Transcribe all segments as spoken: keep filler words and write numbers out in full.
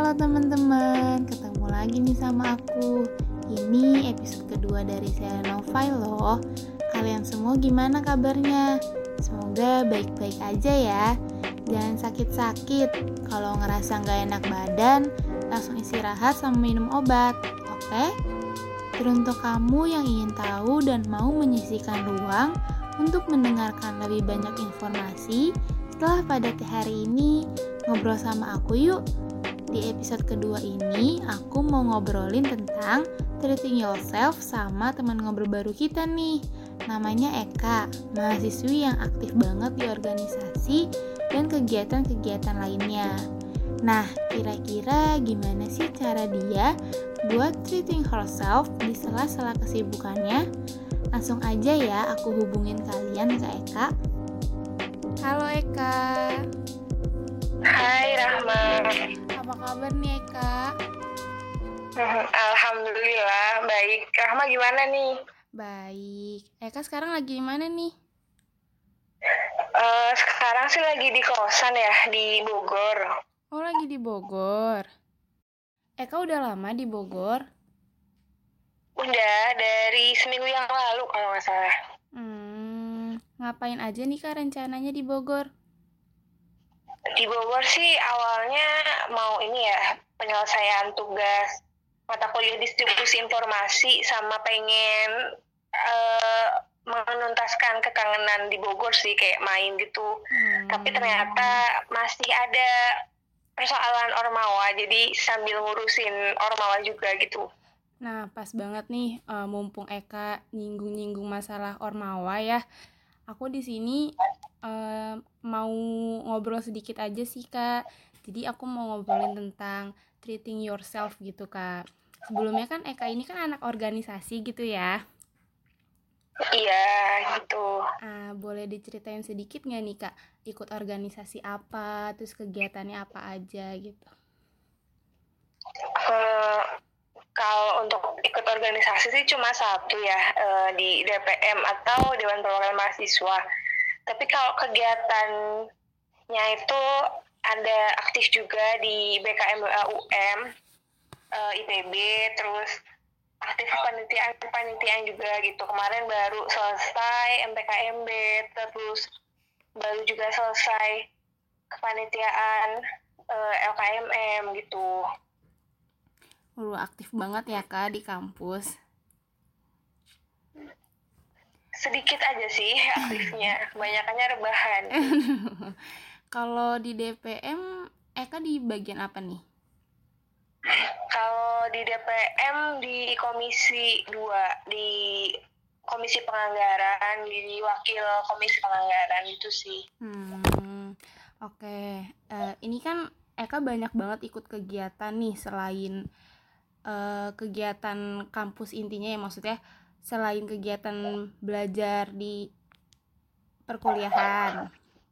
Halo teman-teman, ketemu lagi nih sama aku. Ini episode kedua dari serial Novai loh. Kalian semua gimana kabarnya? Semoga baik-baik aja ya. Jangan sakit-sakit. Kalau ngerasa gak enak badan, langsung istirahat sama minum obat, oke? Teruntuk kamu yang ingin tahu dan mau menyisihkan ruang untuk mendengarkan lebih banyak informasi, setelah pada hari ini ngobrol sama aku yuk. Di episode kedua ini, aku mau ngobrolin tentang treating yourself sama teman ngobrol baru kita nih. Namanya Eka, mahasiswi yang aktif banget di organisasi dan kegiatan-kegiatan lainnya. Nah, kira-kira gimana sih cara dia buat treating herself di sela-sela kesibukannya? Langsung aja ya aku hubungin kalian ke Eka. Halo Eka. Hai Rahma. Apa kabar nih Eka? Alhamdulillah baik. Rahma gimana nih? Baik. Eka sekarang lagi di mana nih? Uh, sekarang sih lagi di kosan ya, di Bogor. Oh, lagi di Bogor. Eka udah lama di Bogor? Udah dari seminggu yang lalu kalau nggak salah. Hmm, ngapain aja nih Kak rencananya di Bogor? Di Bogor sih awalnya mau ini ya, penyelesaian tugas mata kuliah distribusi informasi sama pengen uh, menuntaskan kekangenan di Bogor sih, kayak main gitu. Hmm. Tapi ternyata masih ada persoalan Ormawa, jadi sambil ngurusin Ormawa juga gitu. Nah, pas banget nih, uh, mumpung Eka nyinggung-nyinggung masalah Ormawa ya. Aku di sini uh, mau ngobrol sedikit aja sih Kak. Jadi aku mau ngobrolin tentang treating yourself gitu Kak. Sebelumnya kan Eka ini kan anak organisasi gitu ya. Iya gitu. Uh, boleh diceritain sedikit nggak nih Kak? Ikut organisasi apa, terus kegiatannya apa aja gitu? Uh, kalau untuk ikut organisasi sih cuma satu ya, uh, di D P M atau Dewan Perwakilan Mahasiswa. Tapi kalau kegiatannya itu ada aktif juga di B K M W A U M, uh, I P B, terus aktif kepanitiaan-kepanitiaan juga gitu. Kemarin baru selesai M P K M B, terus baru juga selesai kepanitiaan uh, L K M M gitu. Lu aktif banget ya Kak di kampus? Sedikit aja sih aktifnya, kebanyakannya rebahan. Kalau di D P M, Eka di bagian apa nih? Kalau di D P M di komisi dua, di komisi penganggaran, di wakil komisi penganggaran itu sih. Hmm, oke. Okay. Uh, ini kan Eka banyak banget ikut kegiatan nih selain uh, kegiatan kampus intinya ya, maksudnya selain kegiatan belajar di perkuliahan.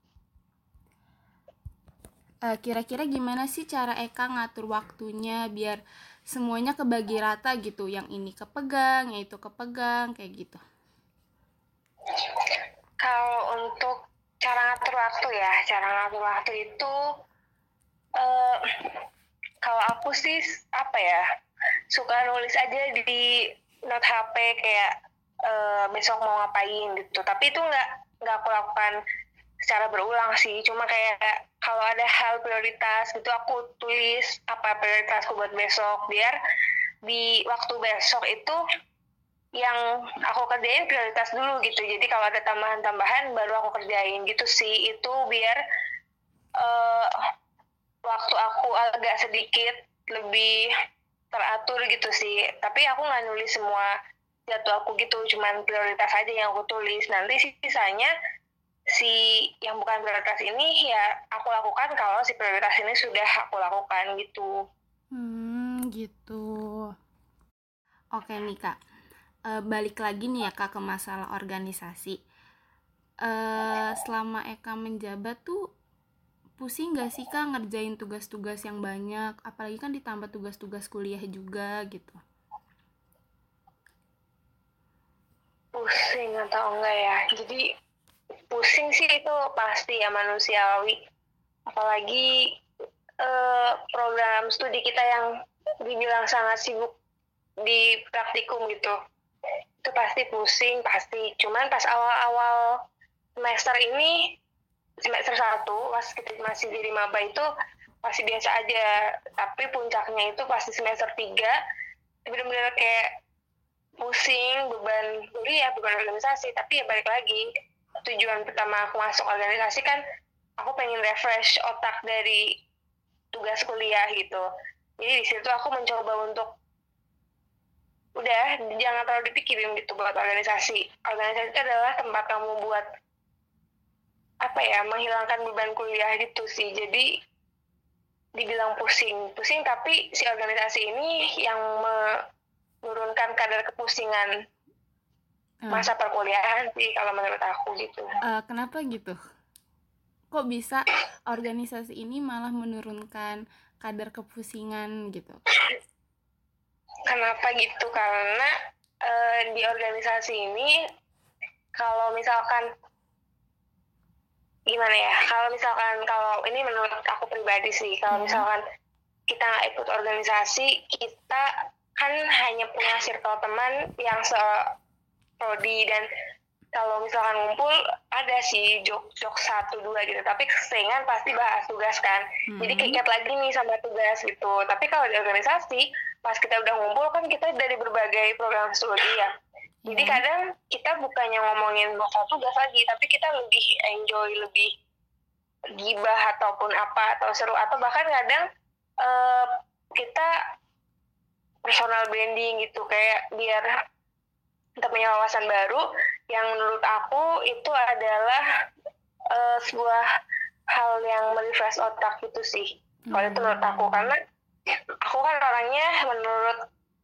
Uh, kira-kira gimana sih cara Eka ngatur waktunya biar semuanya kebagi rata gitu, yang ini kepegang, yang itu kepegang, kayak gitu? Kalau untuk cara ngatur waktu ya, cara ngatur waktu itu uh, kalau aku sih apa ya, suka nulis aja di note H P kayak uh, besok mau ngapain gitu. Tapi itu nggak nggak aku lakukan secara berulang sih, cuma kayak kalau ada hal prioritas gitu aku tulis apa prioritasku buat besok, biar di waktu besok itu yang aku kerjain prioritas dulu gitu. Jadi kalau ada tambahan-tambahan baru aku kerjain gitu sih. Itu biar uh, waktu aku agak sedikit lebih teratur gitu sih. Tapi aku nggak nulis semua jadwal aku gitu, cuman prioritas aja yang aku tulis. Nanti sisanya si yang bukan prioritas ini ya aku lakukan kalau si prioritas ini sudah aku lakukan gitu. Hmm, gitu. Oke nih Kak, e, balik lagi nih ya Kak ke masalah organisasi. E, selama Eka menjabat tuh pusing gak sih Kak ngerjain tugas-tugas yang banyak, apalagi kan ditambah tugas-tugas kuliah juga gitu? Pusing atau enggak ya, jadi pusing sih itu pasti ya, manusiawi. Apalagi uh, program studi kita yang dibilang sangat sibuk di praktikum gitu. Itu pasti pusing, pasti. Cuman pas awal-awal semester ini, semester satu, pas kita masih jadi maba itu masih biasa aja. Tapi puncaknya itu pasti semester tiga, benar-benar kayak pusing, beban kuliah, beban organisasi. Tapi ya balik lagi, tujuan pertama aku masuk organisasi kan, aku pengen refresh otak dari tugas kuliah gitu. Jadi di situ aku mencoba untuk udah jangan terlalu dipikirin gitu buat organisasi. Organisasi itu adalah tempat kamu buat apa ya, menghilangkan beban kuliah gitu sih. Jadi dibilang pusing, pusing tapi si organisasi ini yang menurunkan kadar kepusingan masa perkuliahan sih kalau menurut aku gitu. Uh, kenapa gitu? Kok bisa organisasi ini malah menurunkan kadar kepusingan gitu? Kenapa gitu? Karena uh, di organisasi ini kalau misalkan gimana ya? Kalau misalkan kalau ini menurut aku pribadi sih, kalau hmm. misalkan kita nggak ikut organisasi, kita kan hanya punya circle teman yang se-prodi, dan kalau misalkan ngumpul ada sih jok-jok satu dua gitu, tapi keseringan pasti bahas tugas kan. Hmm. Jadi keikat lagi nih sama tugas gitu. Tapi kalau di organisasi, pas kita udah ngumpul kan kita dari berbagai program studi ya. Jadi hmm. kadang kita bukannya ngomongin masalah tugas lagi, tapi kita lebih enjoy, lebih gibah ataupun apa, atau seru, atau bahkan kadang uh, kita personal branding gitu, kayak biar kita punya wawasan baru yang menurut aku itu adalah uh, sebuah hal yang merefresh otak gitu sih. Kalau hmm. itu menurut aku, karena aku kan orangnya menurut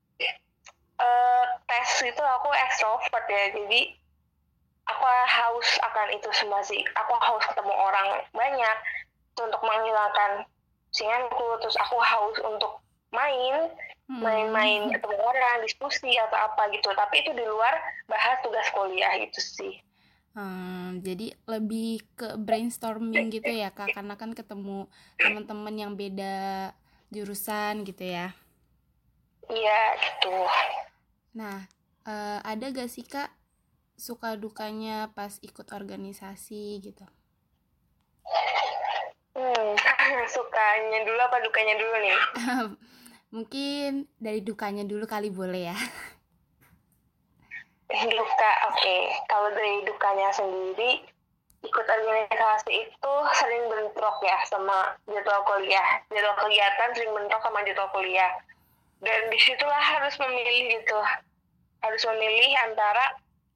uh, tes itu aku extrovert ya, jadi aku haus akan itu semua sih. Aku haus ketemu orang banyak untuk menghilangkan pusinganku, terus aku haus untuk main main-main ketemu orang, diskusi atau apa gitu, tapi itu di luar bahas tugas kuliah gitu sih. Hmm, jadi lebih ke brainstorming gitu ya Kak, karena kan ketemu teman-teman yang beda jurusan gitu ya. Iya gitu. Nah, uh, ada gak sih Kak suka dukanya pas ikut organisasi gitu? Hmm, sukanya dulu apa dukanya dulu nih? Mungkin dari dukanya dulu kali, boleh ya? Duka, oke. Okay. Kalau dari dukanya sendiri, ikut organisasi itu sering bentrok ya sama jadwal kuliah. Jadwal kegiatan sering bentrok sama jadwal kuliah. Dan disitulah harus memilih gitu. Harus memilih antara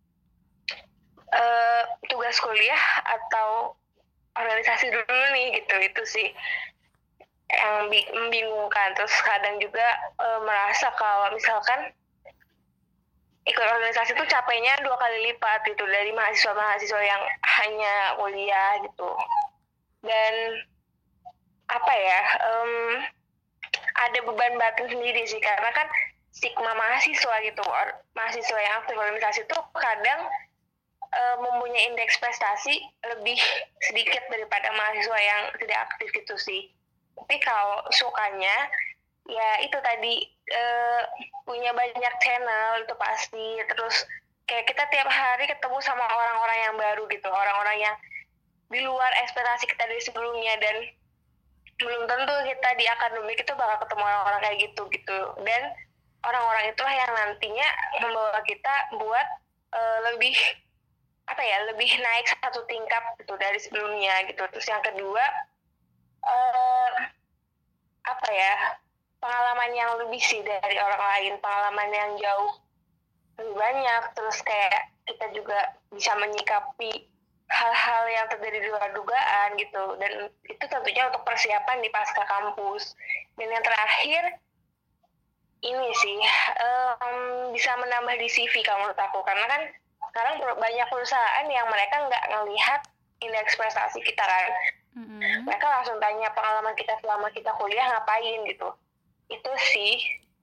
uh, tugas kuliah atau organisasi dulu nih gitu. Itu sih yang membingungkan. Terus kadang juga e, merasa kalau misalkan ikut organisasi itu capeknya dua kali lipat gitu dari mahasiswa-mahasiswa yang hanya kuliah gitu. Dan apa ya, um, ada beban batin sendiri sih, karena kan stigma mahasiswa gitu, or, mahasiswa yang aktif organisasi itu kadang e, mempunyai indeks prestasi lebih sedikit daripada mahasiswa yang tidak aktif gitu sih. Tapi kalau sukanya, ya itu tadi uh, punya banyak channel itu pasti. Terus kayak kita tiap hari ketemu sama orang-orang yang baru gitu, orang-orang yang di luar ekspektasi kita dari sebelumnya, dan belum tentu kita di akademik itu bakal ketemu orang-orang kayak gitu gitu. Dan orang-orang itulah yang nantinya membawa kita buat uh, lebih apa ya, lebih naik satu tingkat gitu dari sebelumnya gitu. Terus yang kedua, Uh, apa ya, pengalaman yang lebih sih dari orang lain, pengalaman yang jauh lebih banyak. Terus kayak kita juga bisa menyikapi hal-hal yang terjadi di luar dugaan gitu, dan itu tentunya untuk persiapan di pasca kampus. Dan yang terakhir ini sih um, bisa menambah di C V kalau menurut aku, karena kan sekarang banyak perusahaan yang mereka nggak ngelihat indeks prestasi kita kan. Mm-hmm. Mereka langsung tanya pengalaman kita selama kita kuliah ngapain gitu. Itu sih.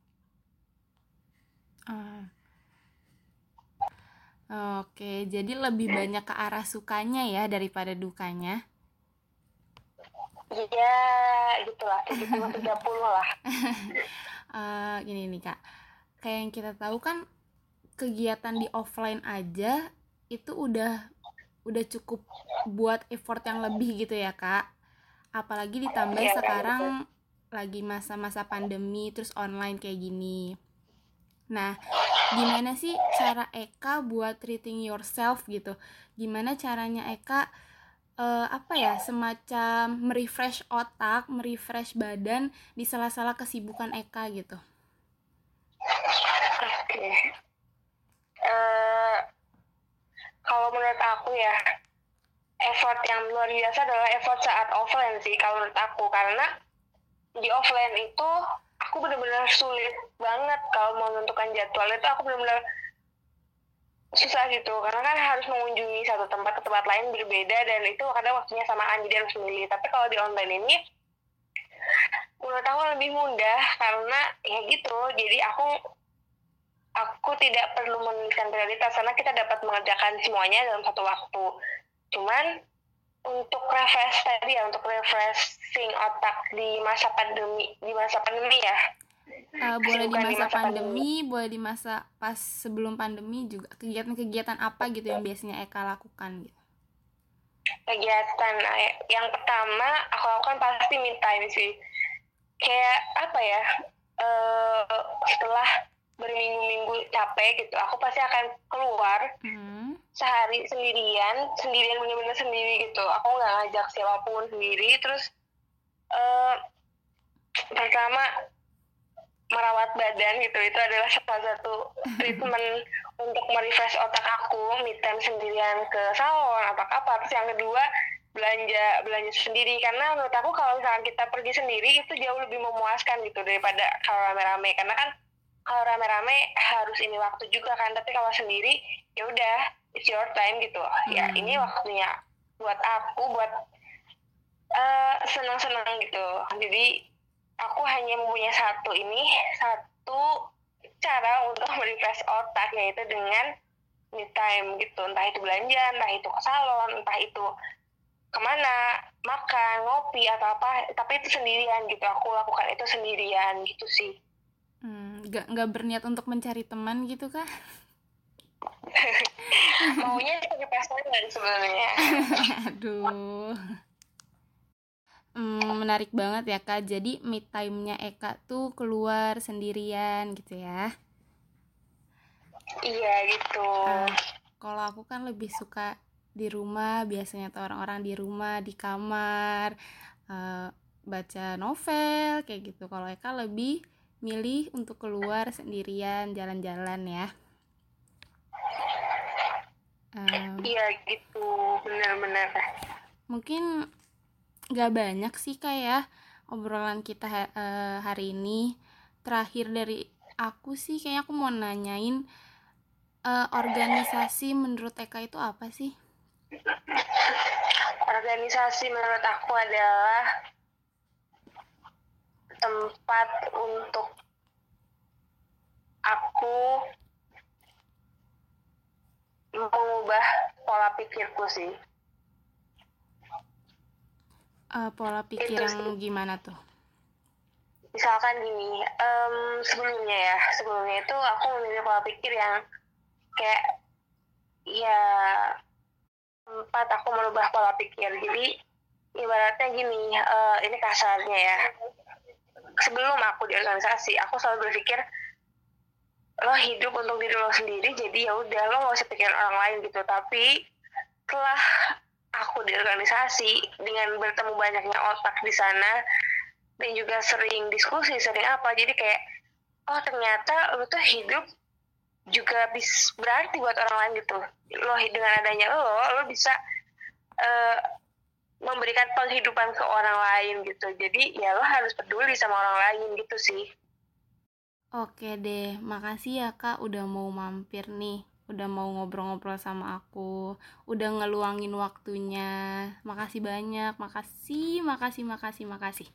Uh. Oke, jadi lebih banyak ke arah sukanya ya daripada dukanya. Iya, gitulah, tujuh puluh tiga puluh lah. uh, Gini nih Kak, kayak yang kita tahu kan kegiatan di offline aja itu udah udah cukup buat effort yang lebih gitu ya Kak. Apalagi ditambah Iya, sekarang lagi masa-masa pandemi terus online kayak gini. Nah, gimana sih cara Eka buat treating yourself gitu? Gimana caranya Eka uh, apa ya, semacam merefresh otak, merefresh badan di sela-sela kesibukan Eka gitu? Oke. Okay. Uh, kalau menurut aku ya, effort yang luar biasa adalah effort saat offline sih kalau menurut aku, karena di offline itu aku benar-benar sulit banget kalau mau menentukan jadwal. Itu aku benar-benar susah gitu, karena kan harus mengunjungi satu tempat ke tempat lain berbeda, dan itu kadang waktunya samaan, jadi harus milih. Tapi kalau di online ini menurut aku lebih mudah, karena ya gitu, jadi aku aku tidak perlu memilihkan prioritas karena kita dapat mengerjakan semuanya dalam satu waktu. Cuman untuk refresh tadi ya, untuk refreshing otak di masa pandemi, di masa pandemi ya. Uh, boleh di masa, di masa pandemi, pandemi, boleh di masa pas sebelum pandemi juga. Kegiatan-kegiatan apa gitu yang biasanya Eka lakukan gitu? Kegiatan yang pertama aku lakukan pasti me time sih. Kayak apa ya? Uh, setelah berminggu-minggu capek gitu, aku pasti akan keluar hmm. sehari sendirian, sendirian bener-bener sendiri gitu. Aku nggak ngajak siapapun, sendiri. Terus uh, pertama merawat badan gitu, itu adalah salah satu treatment untuk merefresh otak aku, me time sendirian ke salon atau apa. Terus yang kedua belanja belanja sendiri, karena menurut aku kalau misalkan kita pergi sendiri itu jauh lebih memuaskan gitu daripada kalau rame-rame, karena kan kalau rame-rame harus ini waktu juga kan, tapi kalau sendiri ya udah it's your time gitu. Hmm. Ya ini waktunya buat aku buat uh, senang-senang gitu. Jadi aku hanya mempunyai satu ini, satu cara untuk merefresh otak, yaitu dengan me time gitu. Entah itu belanja, entah itu ke salon, entah itu kemana, makan, ngopi, atau apa. Tapi itu sendirian gitu, aku lakukan itu sendirian gitu sih. Hmm, gak, gak berniat untuk mencari teman gitu kah? Maunya cari pasangan sebenarnya. Aduh. Hmm, menarik banget ya Kak. Jadi me time-nya Eka tuh keluar sendirian gitu ya? Iya gitu. Uh, kalau aku kan lebih suka di rumah, biasanya tuh orang-orang di rumah, di kamar, uh, baca novel kayak gitu. Kalau Eka lebih milih untuk keluar sendirian, jalan-jalan ya? Um, iya gitu, benar-benar. Mungkin gak banyak sih kayak obrolan kita uh, hari ini. Terakhir dari aku sih kayaknya aku mau nanyain, uh, organisasi menurut Eka itu apa sih? Organisasi menurut aku adalah tempat untuk aku mengubah pola pikirku sih. Uh, pola pikir itu yang gimana tuh? Misalkan gini, um, sebelumnya ya, sebelumnya itu aku memilih pola pikir yang kayak, ya, tempat aku merubah pola pikir. Jadi, ibaratnya gini, uh, ini kasarnya ya, sebelum aku di organisasi, aku selalu berpikir, lo hidup untuk diri lo sendiri, jadi ya udah lo nggak usah pikirin orang lain gitu. Tapi, setelah aku di organisasi, dengan bertemu banyaknya otak di sana, dan juga sering diskusi, sering apa, jadi kayak, oh ternyata lo tuh hidup juga bis, berarti buat orang lain gitu. Lo dengan adanya lo, lo bisa uh, memberikan penghidupan ke orang lain gitu. Jadi ya lo harus peduli sama orang lain gitu sih. Oke deh, makasih ya Kak udah mau mampir nih. Udah mau ngobrol-ngobrol sama aku, udah ngeluangin waktunya. Makasih banyak, makasih, makasih, makasih, makasih.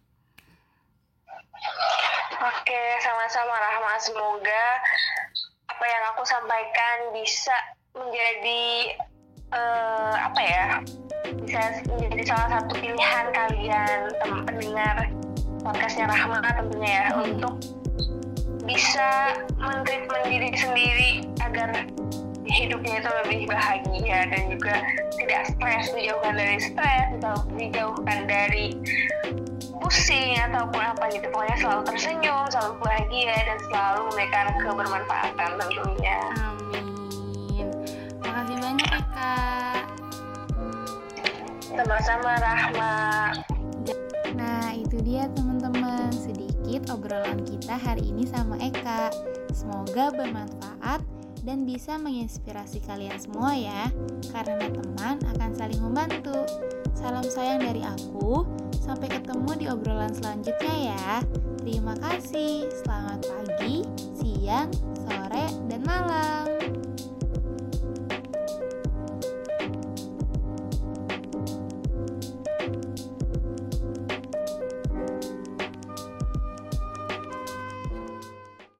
Oke, sama-sama Rahma. Semoga apa yang aku sampaikan bisa menjadi uh, apa ya, bisa menjadi salah satu pilihan kalian tem- pendengar podcastnya Rahma tentunya ya, hmm. untuk bisa men-treatment diri sendiri agar hidupnya itu lebih bahagia dan juga tidak stres, dijauhkan dari stres atau dijauhkan dari pusing ataupun apa gitu. Pokoknya selalu tersenyum, selalu bahagia dan selalu memberikan kebermanfaatan tentunya. Amin. Makasih banyak ya Kak. Sama-sama Rahma. Nah itu dia teman-teman, sedikit obrolan kita hari ini sama Eka. Semoga bermanfaat dan bisa menginspirasi kalian semua ya, karena teman akan saling membantu. Salam sayang dari aku, sampai ketemu di obrolan selanjutnya ya. Terima kasih, selamat pagi, siang, sore, dan malam.